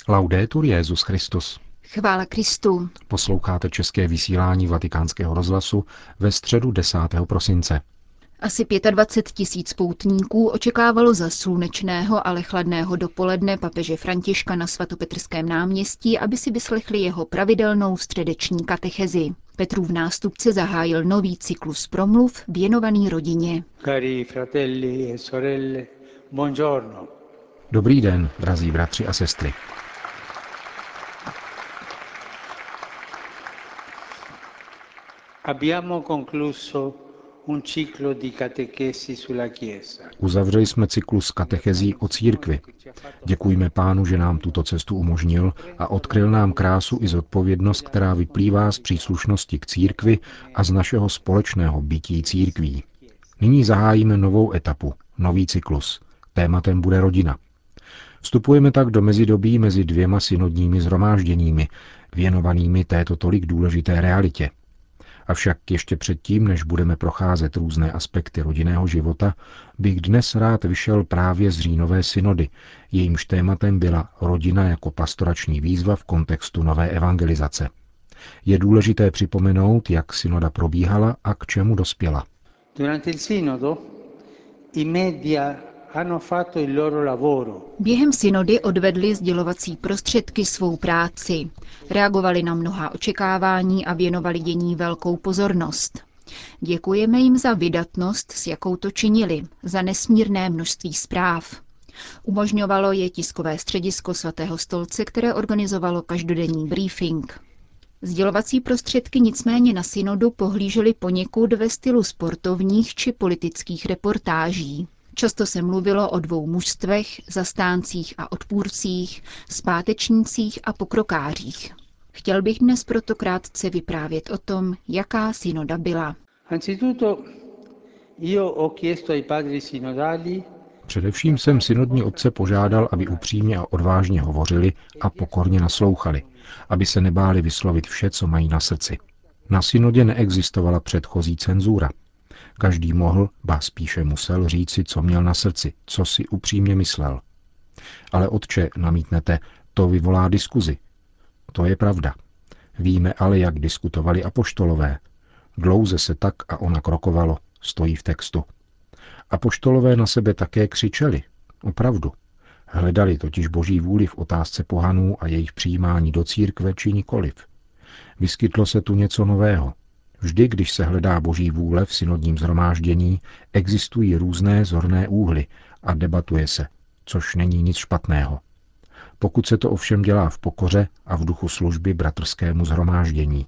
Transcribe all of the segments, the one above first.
Laudetur Jesus Christus. Chvála Kristu. Posloucháte české vysílání Vatikánského rozhlasu ve středu 10. prosince. Asi 25 000 poutníků očekávalo za slunečného, ale chladného dopoledne papeže Františka na svatopetrském náměstí, aby si vyslechli jeho pravidelnou středeční katechezi. Petrův nástupce zahájil nový cyklus promluv věnovaný rodině. Cari fratelli e sorelle, buongiorno. Dobrý den, drazí bratři a sestry. Abbiamo concluso un ciclo di catechesi sulla Chiesa. Uzavřeli jsme cyklus katechezí o církvi. Děkujme Pánu, že nám tuto cestu umožnil a odkryl nám krásu i zodpovědnost, která vyplývá z příslušnosti k církvi a z našeho společného bytí církví. Nyní zahájíme novou etapu, nový cyklus. Tématem bude rodina. Vstupujeme tak do mezidobí mezi dvěma synodními shromážděními, věnovanými této tolik důležité realitě. Avšak ještě předtím, než budeme procházet různé aspekty rodinného života, bych dnes rád vyšel právě z říjnové synody. Jejímž tématem byla rodina jako pastorační výzva v kontextu nové evangelizace. Je důležité připomenout, jak synoda probíhala a k čemu dospěla. Durante il sinodo i media hanno fatto il loro lavoro. Během synody odvedly sdělovací prostředky svou práci. Reagovali na mnohá očekávání a věnovali dění velkou pozornost. Děkujeme jim za vydatnost, s jakou to činili, za nesmírné množství zpráv. Umožňovalo je tiskové středisko Svatého stolce, které organizovalo každodenní briefing. Sdělovací prostředky nicméně na synodu pohlížely poněkud ve stylu sportovních či politických reportáží. Často se mluvilo o dvou mužstvech, zastáncích a odpůrcích, zpátečnících a pokrokářích. Chtěl bych dnes proto krátce vyprávět o tom, jaká synoda byla. Především jsem synodní otce požádal, aby upřímně a odvážně hovořili a pokorně naslouchali, aby se nebáli vyslovit vše, co mají na srdci. Na synodě neexistovala předchozí cenzura. Každý mohl, ba spíše musel říci, co měl na srdci, co si upřímně myslel. Ale otče, namítnete, to vyvolá diskuzi. To je pravda. Víme ale, jak diskutovali apoštolové. Dlouze se tak a onak rokovalo, stojí v textu. Apoštolové na sebe také křičeli. Opravdu. Hledali totiž boží vůli v otázce pohanů a jejich přijímání do církve či nikoliv. Vyskytlo se tu něco nového. Vždy, když se hledá boží vůle v synodním shromáždění, existují různé zorné úhly a debatuje se, což není nic špatného. Pokud se to ovšem dělá v pokoře a v duchu služby bratrskému shromáždění.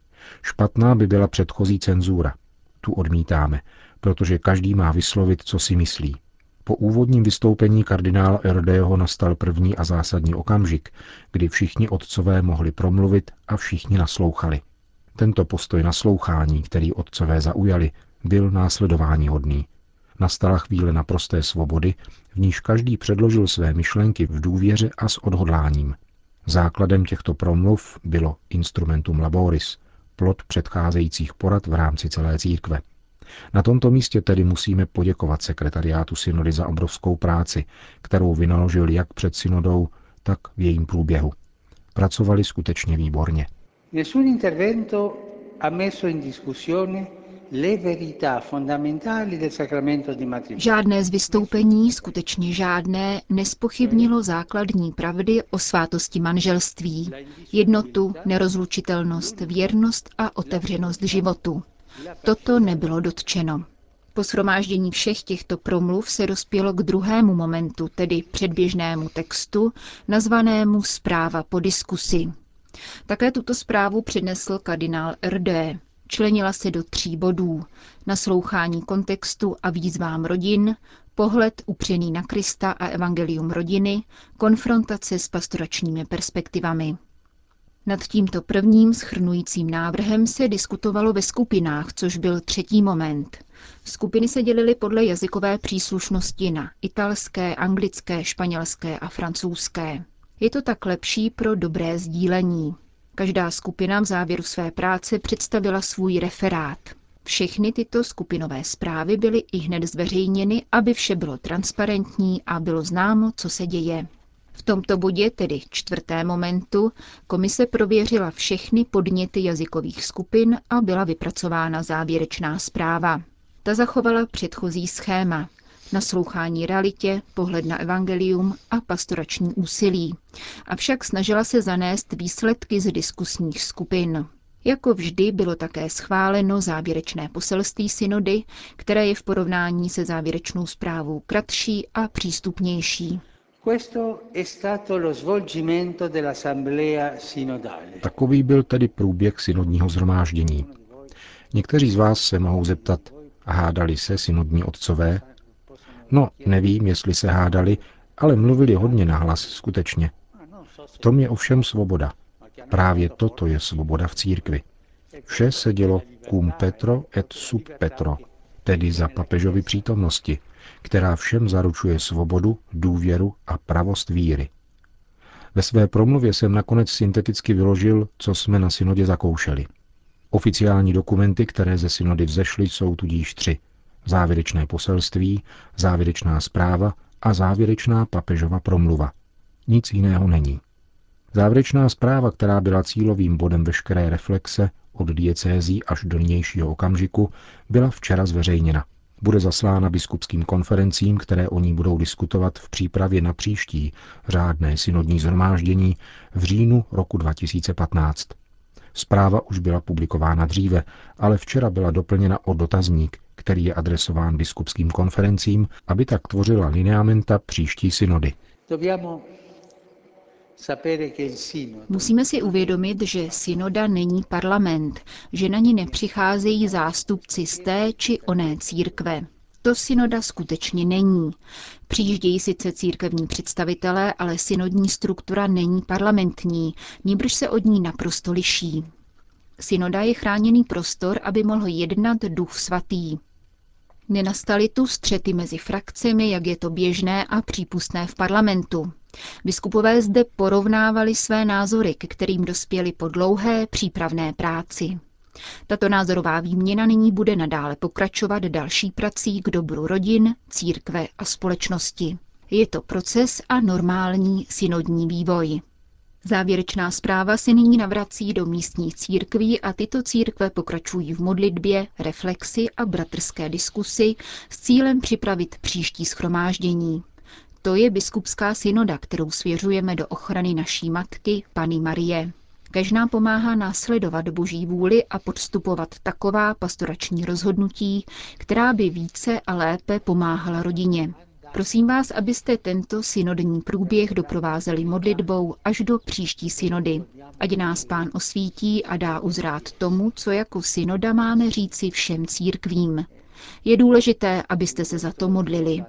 Špatná by byla předchozí cenzura. Tu odmítáme, protože každý má vyslovit, co si myslí. Po úvodním vystoupení kardinála Erdeho nastal první a zásadní okamžik, kdy všichni otcové mohli promluvit a všichni naslouchali. Tento postoj naslouchání, který otcové zaujali, byl následováníhodný. Nastala chvíle naprosté svobody, v níž každý předložil své myšlenky v důvěře a s odhodláním. Základem těchto promluv bylo instrumentum laboris, plod předcházejících porad v rámci celé církve. Na tomto místě tedy musíme poděkovat sekretariátu synody za obrovskou práci, kterou vynaložil jak před synodou, tak v jejím průběhu. Pracovali skutečně výborně. Nessun intervento ha messo in discussione le verità fondamentali del sacramento di matrimonio. Žádné z vystoupení, skutečně žádné, nespochybnilo základní pravdy o svátosti manželství. Jednotu, nerozlučitelnost, věrnost a otevřenost životu. Toto nebylo dotčeno. Po shromáždění všech těchto promluv se dospělo k druhému momentu, tedy předběžnému textu, nazvanému Zpráva po diskusi. Také tuto zprávu přednesl kardinál Erde. Členila se do 3 bodů. Naslouchání kontextu a výzvám rodin, pohled upřený na Krista a evangelium rodiny, konfrontace s pastoračními perspektivami. Nad tímto prvním shrnujícím návrhem se diskutovalo ve skupinách, což byl 3. moment. Skupiny se dělily podle jazykové příslušnosti na italské, anglické, španělské a francouzské. Je to tak lepší pro dobré sdílení. Každá skupina v závěru své práce představila svůj referát. Všechny tyto skupinové zprávy byly ihned zveřejněny, aby vše bylo transparentní a bylo známo, co se děje. V tomto bodě, tedy 4. momentu, komise prověřila všechny podněty jazykových skupin a byla vypracována závěrečná zpráva. Ta zachovala předchozí schéma: naslouchání realitě, pohled na evangelium a pastorační úsilí. Avšak snažila se zanést výsledky z diskusních skupin. Jako vždy bylo také schváleno závěrečné poselství synody, které je v porovnání se závěrečnou zprávou kratší a přístupnější. Takový byl tedy průběh synodního shromáždění. Někteří z vás se mohou zeptat, hádali se synodní otcové? No, nevím, jestli se hádali, ale mluvili hodně nahlas, skutečně. V tom je ovšem svoboda. Právě toto je svoboda v církvi. Vše se dělo cum Petro et sub Petro, tedy za papežovy přítomnosti, která všem zaručuje svobodu, důvěru a pravost víry. Ve své promluvě jsem nakonec synteticky vyložil, co jsme na synodě zakoušeli. Oficiální dokumenty, které ze synody vzešly, jsou tudíž 3. Závěrečné poselství, závěrečná zpráva a závěrečná papežova promluva. Nic jiného není. Závěrečná zpráva, která byla cílovým bodem veškeré reflexe od diecézí až do nynějšího okamžiku, byla včera zveřejněna. Bude zaslána biskupským konferencím, které o ní budou diskutovat v přípravě na příští řádné synodní shromáždění v říjnu roku 2015. Zpráva už byla publikována dříve, ale včera byla doplněna o dotazník, který je adresován biskupským konferencím, aby tak tvořila lineamenta příští synody. Musíme si uvědomit, že synoda není parlament, že na ní nepřicházejí zástupci z té či oné církve. To synoda skutečně není. Přijíždějí sice církevní představitelé, ale synodní struktura není parlamentní, nýbrž se od ní naprosto liší. Synoda je chráněný prostor, aby mohl jednat Duch Svatý. Nenastaly tu střety mezi frakcemi, jak je to běžné a přípustné v parlamentu. Biskupové zde porovnávali své názory, ke kterým dospěli po dlouhé přípravné práci. Tato názorová výměna nyní bude nadále pokračovat další prací k dobru rodin, církve a společnosti. Je to proces a normální synodní vývoj. Závěrečná zpráva se nyní navrací do místních církví a tyto církve pokračují v modlitbě, reflexi a bratrské diskusi s cílem připravit příští shromáždění. To je biskupská synoda, kterou svěřujeme do ochrany naší matky, Panny Marie. Kež nám pomáhá následovat Boží vůli a podstupovat taková pastorační rozhodnutí, která by více a lépe pomáhala rodině. Prosím vás, abyste tento synodní průběh doprovázeli modlitbou až do příští synody. Ať nás Pán osvítí a dá uzrát tomu, co jako synoda máme říci všem církvím. Je důležité, abyste se za to modlili.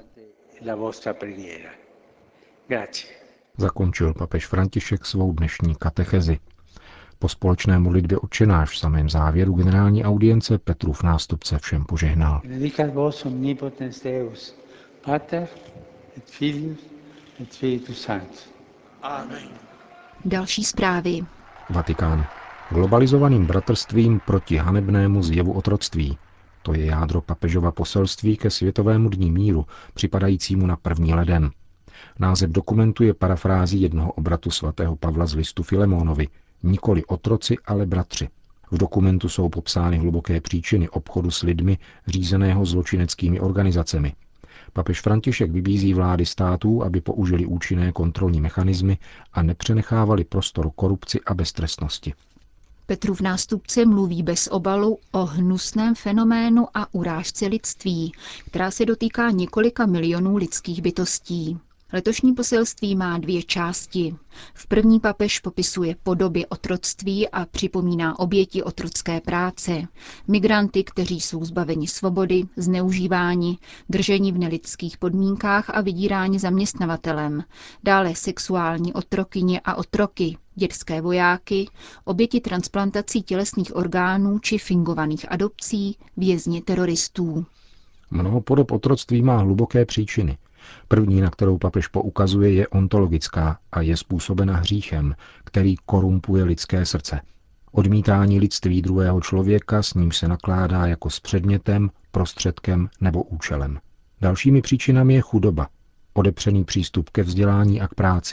Zakončil papež František svou dnešní katechezi. Po společné modlitbě Otčenáš v samém závěru generální audience Petrův nástupce všem požehnal. Benedicat vos omnipotens Deus, Pater et Filius et Spiritus Sanctus. Amen. Další zprávy. Vatikán. Globalizovaným bratrstvím proti hanebnému zjevu otroctví. To je jádro papežova poselství ke Světovému dní míru, připadajícímu na 1. leden. Název dokumentu je parafrází jednoho obratu svatého Pavla z listu Filemónovi. Nikoli otroci, ale bratři. V dokumentu jsou popsány hluboké příčiny obchodu s lidmi řízeného zločineckými organizacemi. Papež František vybízí vlády států, aby použili účinné kontrolní mechanismy a nepřenechávali prostor korupci a beztrestnosti. Petrův nástupce mluví bez obalu o hnusném fenoménu a urážce lidství, která se dotýká několika milionů lidských bytostí. Letošní poselství má 2 části. V první papež popisuje podoby otroctví a připomíná oběti otrocké práce. Migranty, kteří jsou zbaveni svobody, zneužíváni, drženi v nelidských podmínkách a vydíráni zaměstnavatelem. Dále sexuální otrokyně a otroky, dětské vojáky, oběti transplantací tělesných orgánů či fingovaných adopcí, vězni teroristů. Mnoho podob otroctví má hluboké příčiny. První, na kterou papež poukazuje, je ontologická a je způsobena hříchem, který korumpuje lidské srdce. Odmítání lidství druhého člověka, s ním se nakládá jako s předmětem, prostředkem nebo účelem. Dalšími příčinami je chudoba, odepřený přístup ke vzdělání a k práci,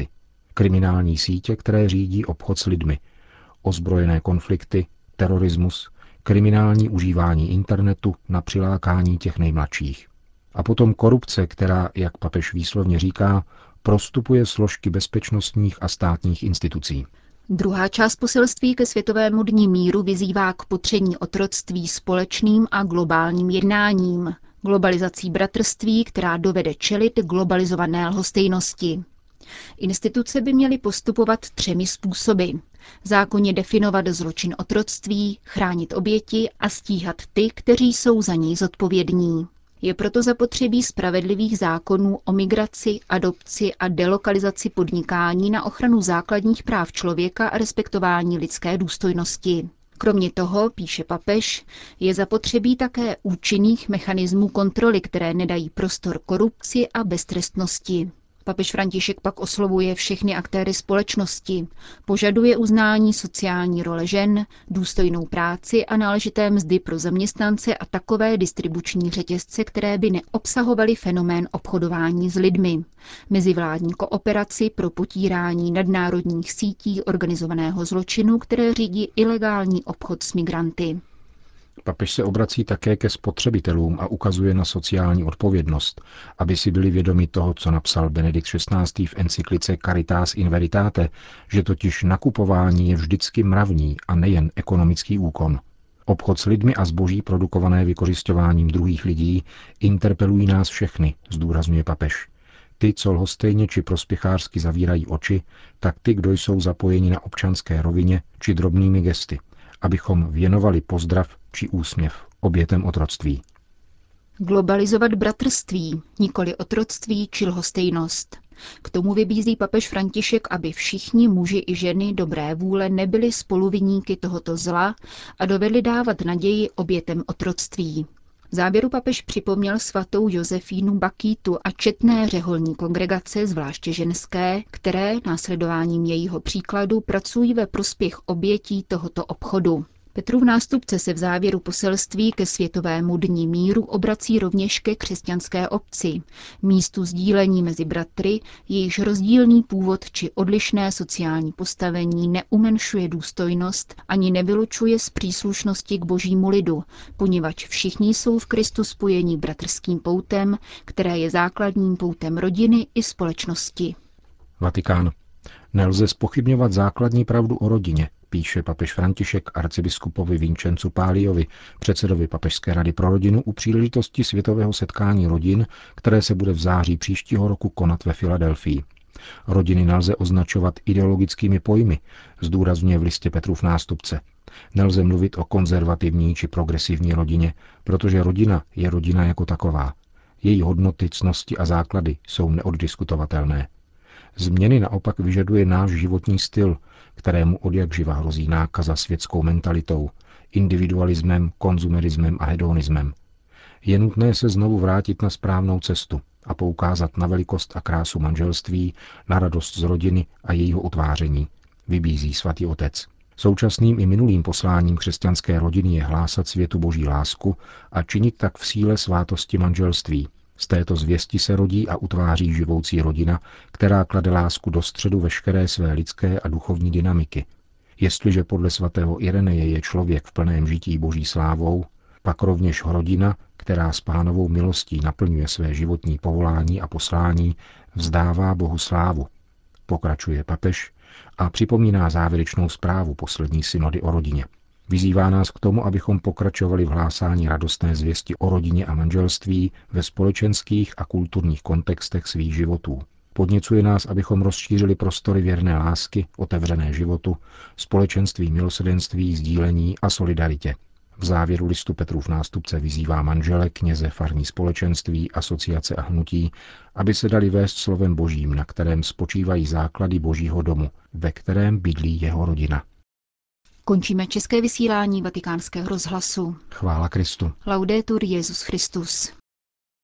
Kriminální sítě, které řídí obchod s lidmi, ozbrojené konflikty, terorismus, kriminální užívání internetu na přilákání těch nejmladších. A potom korupce, která, jak papež výslovně říká, prostupuje složky bezpečnostních a státních institucí. Druhá část poselství ke světovému dni míru vyzývá k potření otroctví společným a globálním jednáním, globalizací bratrství, která dovede čelit globalizované lhostejnosti. Instituce by měly postupovat 3 způsoby. Zákonně definovat zločin otroctví, chránit oběti a stíhat ty, kteří jsou za něj zodpovědní. Je proto zapotřebí spravedlivých zákonů o migraci, adopci a delokalizaci podnikání na ochranu základních práv člověka a respektování lidské důstojnosti. Kromě toho, píše papež, je zapotřebí také účinných mechanismů kontroly, které nedají prostor korupci a beztrestnosti. Papež František pak oslovuje všechny aktéry společnosti, požaduje uznání sociální role žen, důstojnou práci a náležité mzdy pro zaměstnance a takové distribuční řetězce, které by neobsahovaly fenomén obchodování s lidmi, mezivládní kooperaci pro potírání nadnárodních sítí organizovaného zločinu, které řídí ilegální obchod s migranty. Papež se obrací také ke spotřebitelům a ukazuje na sociální odpovědnost, aby si byli vědomi toho, co napsal Benedikt XVI. V encyklice Caritas in Veritate, že totiž nakupování je vždycky mravní a nejen ekonomický úkon. Obchod s lidmi a zboží produkované vykořisťováním druhých lidí interpelují nás všechny, zdůrazňuje papež. Ty, co lhostejně či prospěchářsky zavírají oči, tak ty, kdo jsou zapojeni na občanské rovině či drobnými gesty, abychom věnovali pozdrav či úsměv obětem otroctví. Globalizovat bratrství, nikoli otroctví či lhostejnost. K tomu vybízí papež František, aby všichni muži i ženy dobré vůle nebyli spoluviníky tohoto zla a dovedli dávat naději obětem otroctví. V závěru papež připomněl svatou Josefínu Bakítu a četné řeholní kongregace, zvláště ženské, které následováním jejího příkladu pracují ve prospěch obětí tohoto obchodu. Petrův nástupce se v závěru poselství ke světovému dni míru obrací rovněž ke křesťanské obci, místu sdílení mezi bratry, jejichž rozdílný původ či odlišné sociální postavení neumenšuje důstojnost ani nevylučuje z příslušnosti k božímu lidu, poněvadž všichni jsou v Kristu spojení bratrským poutem, které je základním poutem rodiny i společnosti. Vatikán. Nelze zpochybňovat základní pravdu o rodině, píše papež František arcibiskupovi Vincenzu Páliovi, předsedovi Papežské rady pro rodinu u příležitosti světového setkání rodin, které se bude v září příštího roku konat ve Filadelfii. Rodiny nelze označovat ideologickými pojmy, zdůrazňuje v listě Petrův nástupce. Nelze mluvit o konzervativní či progresivní rodině, protože rodina je rodina jako taková. Její hodnoty, ctnosti a základy jsou neoddiskutovatelné. Změny naopak vyžaduje náš životní styl, kterému odjakživa hrozí nákaza světskou mentalitou, individualismem, konzumerismem a hedonismem. Je nutné se znovu vrátit na správnou cestu a poukázat na velikost a krásu manželství, na radost z rodiny a jejího utváření, vybízí svatý otec. Současným i minulým posláním křesťanské rodiny je hlásat světu boží lásku a činit tak v síle svátosti manželství. Z této zvěsti se rodí a utváří živoucí rodina, která klade lásku do středu veškeré své lidské a duchovní dynamiky. Jestliže podle svatého Ireneje je člověk v plném žití boží slávou, pak rovněž rodina, která s Pánovou milostí naplňuje své životní povolání a poslání, vzdává Bohu slávu. Pokračuje papež a připomíná závěrečnou zprávu poslední synody o rodině. Vyzývá nás k tomu, abychom pokračovali v hlásání radostné zvěsti o rodině a manželství ve společenských a kulturních kontextech svých životů. Podněcuje nás, abychom rozšířili prostory věrné lásky, otevřené životu, společenství milosrdenství, sdílení a solidaritě. V závěru listu Petrův nástupce vyzývá manžele, kněze, farní společenství, asociace a hnutí, aby se dali vést slovem božím, na kterém spočívají základy božího domu, ve kterém bydlí jeho rodina. Končíme české vysílání Vatikánského rozhlasu. Chvála Kristu. Laudetur Jesus Christus.